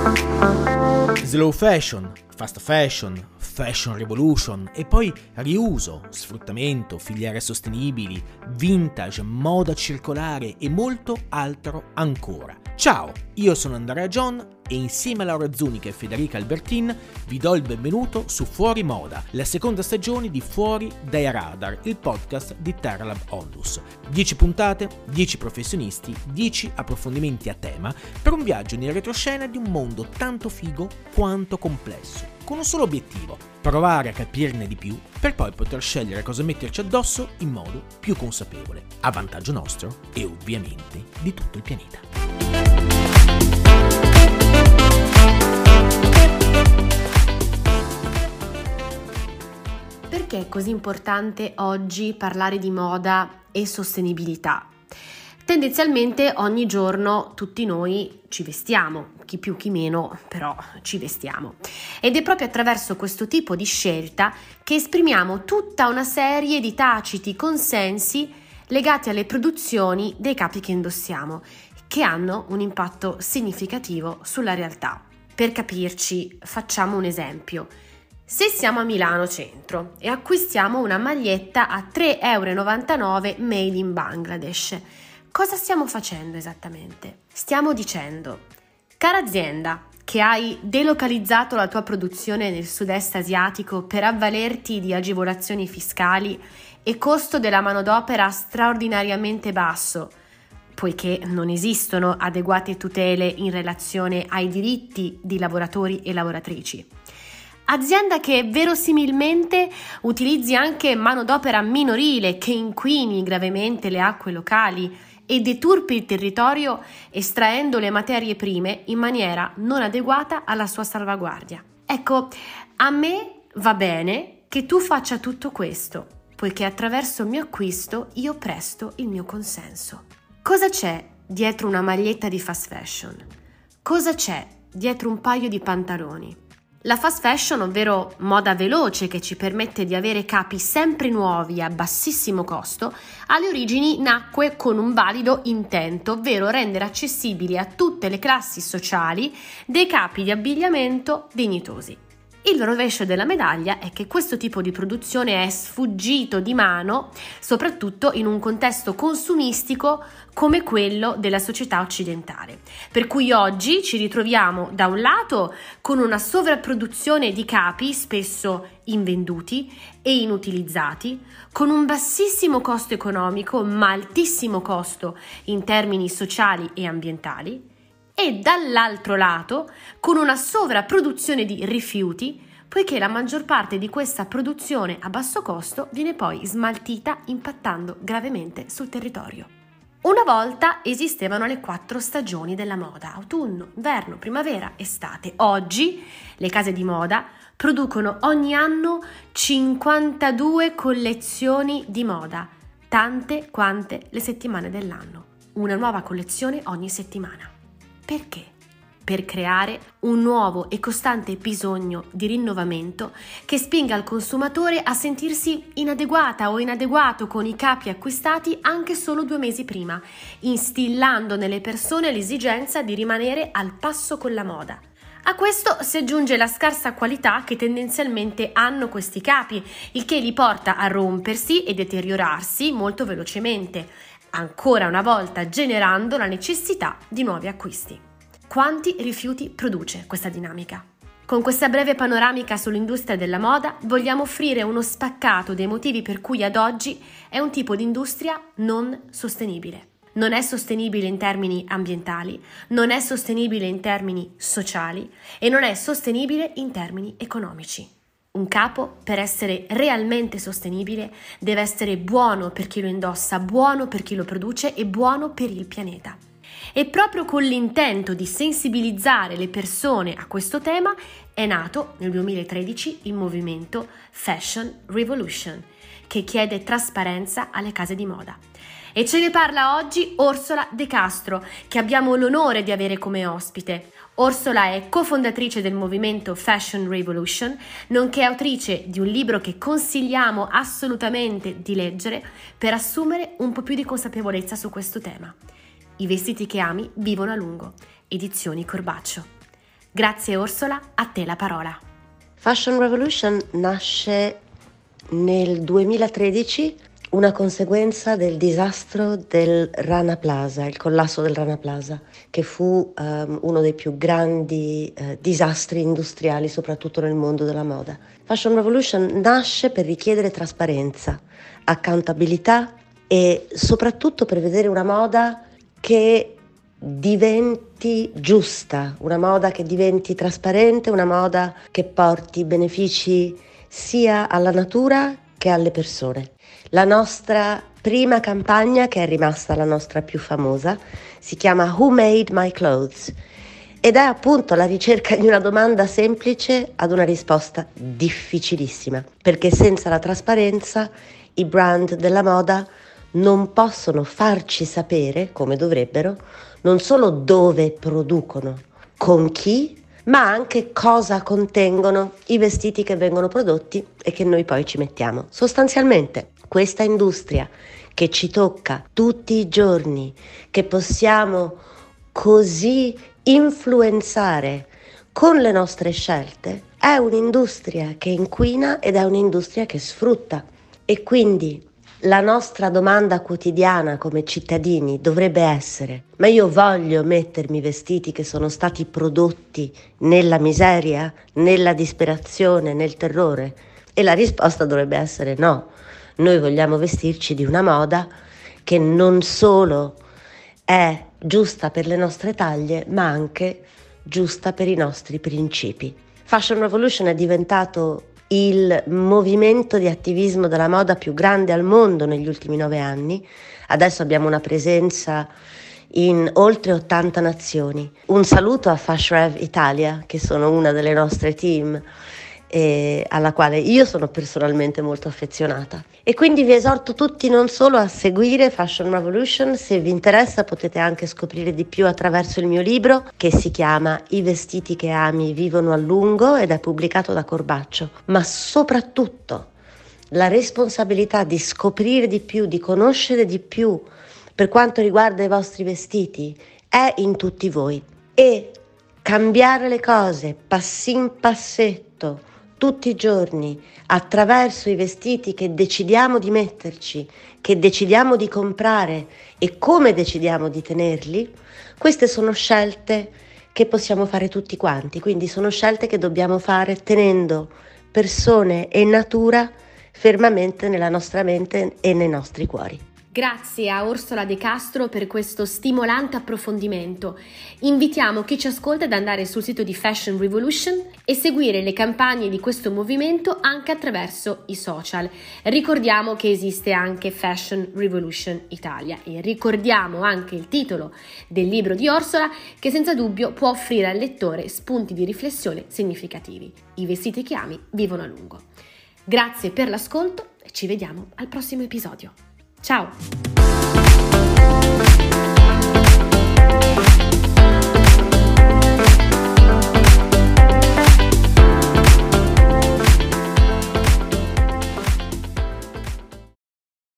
Slow fashion, fast fashion, fashion revolution e poi riuso, sfruttamento, filiere sostenibili, vintage, moda circolare e molto altro ancora. Ciao, io sono Andrea John e insieme a Laura Zuniga e Federica Albertin vi do il benvenuto su Fuori Moda, la seconda stagione di Fuori dai Radar, il podcast di Terralab Onlus. 10 puntate, 10 professionisti, 10 approfondimenti a tema per un viaggio nel retroscena di un mondo tanto figo quanto complesso, con un solo obiettivo: provare a capirne di più per poi poter scegliere cosa metterci addosso in modo più consapevole, a vantaggio nostro e ovviamente di tutto il pianeta. Perché è così importante oggi parlare di moda e sostenibilità? Tendenzialmente ogni giorno tutti noi ci vestiamo, chi più chi meno, però ci vestiamo. Ed è proprio attraverso questo tipo di scelta che esprimiamo tutta una serie di taciti consensi legati alle produzioni dei capi che indossiamo, che hanno un impatto significativo sulla realtà. Per capirci, facciamo un esempio. Se siamo a Milano Centro e acquistiamo una maglietta a 3,99 € made in Bangladesh, cosa stiamo facendo esattamente? Stiamo dicendo: cara azienda, che hai delocalizzato la tua produzione nel sud-est asiatico per avvalerti di agevolazioni fiscali e costo della manodopera straordinariamente basso, poiché non esistono adeguate tutele in relazione ai diritti di lavoratori e lavoratrici. Azienda che verosimilmente utilizzi anche manodopera minorile che inquini gravemente le acque locali e deturpi il territorio estraendo le materie prime in maniera non adeguata alla sua salvaguardia. Ecco, a me va bene che tu faccia tutto questo, poiché attraverso il mio acquisto io presto il mio consenso. Cosa c'è dietro una maglietta di fast fashion? Cosa c'è dietro un paio di pantaloni? La fast fashion, ovvero moda veloce che ci permette di avere capi sempre nuovi a bassissimo costo, alle origini nacque con un valido intento, ovvero rendere accessibili a tutte le classi sociali dei capi di abbigliamento dignitosi. Il rovescio della medaglia è che questo tipo di produzione è sfuggito di mano, soprattutto in un contesto consumistico come quello della società occidentale. Per cui oggi ci ritroviamo da un lato con una sovrapproduzione di capi spesso invenduti e inutilizzati, con un bassissimo costo economico ma altissimo costo in termini sociali e ambientali, e dall'altro lato con una sovrapproduzione di rifiuti, poiché la maggior parte di questa produzione a basso costo viene poi smaltita impattando gravemente sul territorio. Una volta esistevano le 4 stagioni della moda: autunno, inverno, primavera, estate. Oggi le case di moda producono ogni anno 52 collezioni di moda, tante quante le settimane dell'anno. Una nuova collezione ogni settimana. Perché? Per creare un nuovo e costante bisogno di rinnovamento che spinga il consumatore a sentirsi inadeguata o inadeguato con i capi acquistati anche solo 2 mesi prima, instillando nelle persone l'esigenza di rimanere al passo con la moda. A questo si aggiunge la scarsa qualità che tendenzialmente hanno questi capi, il che li porta a rompersi e deteriorarsi molto velocemente, ancora una volta generando la necessità di nuovi acquisti. Quanti rifiuti produce questa dinamica? Con questa breve panoramica sull'industria della moda vogliamo offrire uno spaccato dei motivi per cui ad oggi è un tipo di industria non sostenibile. Non è sostenibile in termini ambientali, non è sostenibile in termini sociali e non è sostenibile in termini economici. Un capo, per essere realmente sostenibile, deve essere buono per chi lo indossa, buono per chi lo produce e buono per il pianeta. E proprio con l'intento di sensibilizzare le persone a questo tema è nato nel 2013 il movimento Fashion Revolution, che chiede trasparenza alle case di moda. E ce ne parla oggi Orsola De Castro, che abbiamo l'onore di avere come ospite. Orsola è cofondatrice del movimento Fashion Revolution, nonché autrice di un libro che consigliamo assolutamente di leggere per assumere un po' più di consapevolezza su questo tema. I vestiti che ami vivono a lungo. Edizioni Corbaccio. Grazie Orsola, a te la parola. Fashion Revolution nasce nel 2013, una conseguenza del disastro del Rana Plaza, il collasso del Rana Plaza, che fu uno dei più grandi disastri industriali, soprattutto nel mondo della moda. Fashion Revolution nasce per richiedere trasparenza, accountabilità e soprattutto per vedere una moda che diventi giusta, una moda che diventi trasparente, una moda che porti benefici sia alla natura che alle persone. La nostra prima campagna, che è rimasta la nostra più famosa, si chiama Who Made My Clothes ed è appunto la ricerca di una domanda semplice ad una risposta difficilissima, perché senza la trasparenza i brand della moda non possono farci sapere, come dovrebbero, non solo dove producono, con chi, ma anche cosa contengono i vestiti che vengono prodotti e che noi poi ci mettiamo. Sostanzialmente, questa industria che ci tocca tutti i giorni, che possiamo così influenzare con le nostre scelte, è un'industria che inquina ed è un'industria che sfrutta. E quindi la nostra domanda quotidiana come cittadini dovrebbe essere: ma io voglio mettermi vestiti che sono stati prodotti nella miseria, nella disperazione, nel terrore? E la risposta dovrebbe essere no. Noi vogliamo vestirci di una moda che non solo è giusta per le nostre taglie, ma anche giusta per i nostri principi. Fashion Revolution è diventato il movimento di attivismo della moda più grande al mondo negli ultimi 9 anni. Adesso abbiamo una presenza in oltre 80 nazioni. Un saluto a Fashrev Italia, che sono una delle nostre team e alla quale io sono personalmente molto affezionata. E quindi vi esorto tutti non solo a seguire Fashion Revolution, se vi interessa potete anche scoprire di più attraverso il mio libro, che si chiama I vestiti che ami vivono a lungo ed è pubblicato da Corbaccio, ma soprattutto la responsabilità di scoprire di più, di conoscere di più per quanto riguarda i vostri vestiti è in tutti voi, e cambiare le cose passin passetto tutti i giorni attraverso i vestiti che decidiamo di metterci, che decidiamo di comprare e come decidiamo di tenerli, queste sono scelte che possiamo fare tutti quanti, quindi sono scelte che dobbiamo fare tenendo persone e natura fermamente nella nostra mente e nei nostri cuori. Grazie a Orsola De Castro per questo stimolante approfondimento. Invitiamo chi ci ascolta ad andare sul sito di Fashion Revolution e seguire le campagne di questo movimento anche attraverso i social. Ricordiamo che esiste anche Fashion Revolution Italia e ricordiamo anche il titolo del libro di Orsola, che senza dubbio può offrire al lettore spunti di riflessione significativi. I vestiti che ami vivono a lungo. Grazie per l'ascolto e ci vediamo al prossimo episodio. Ciao!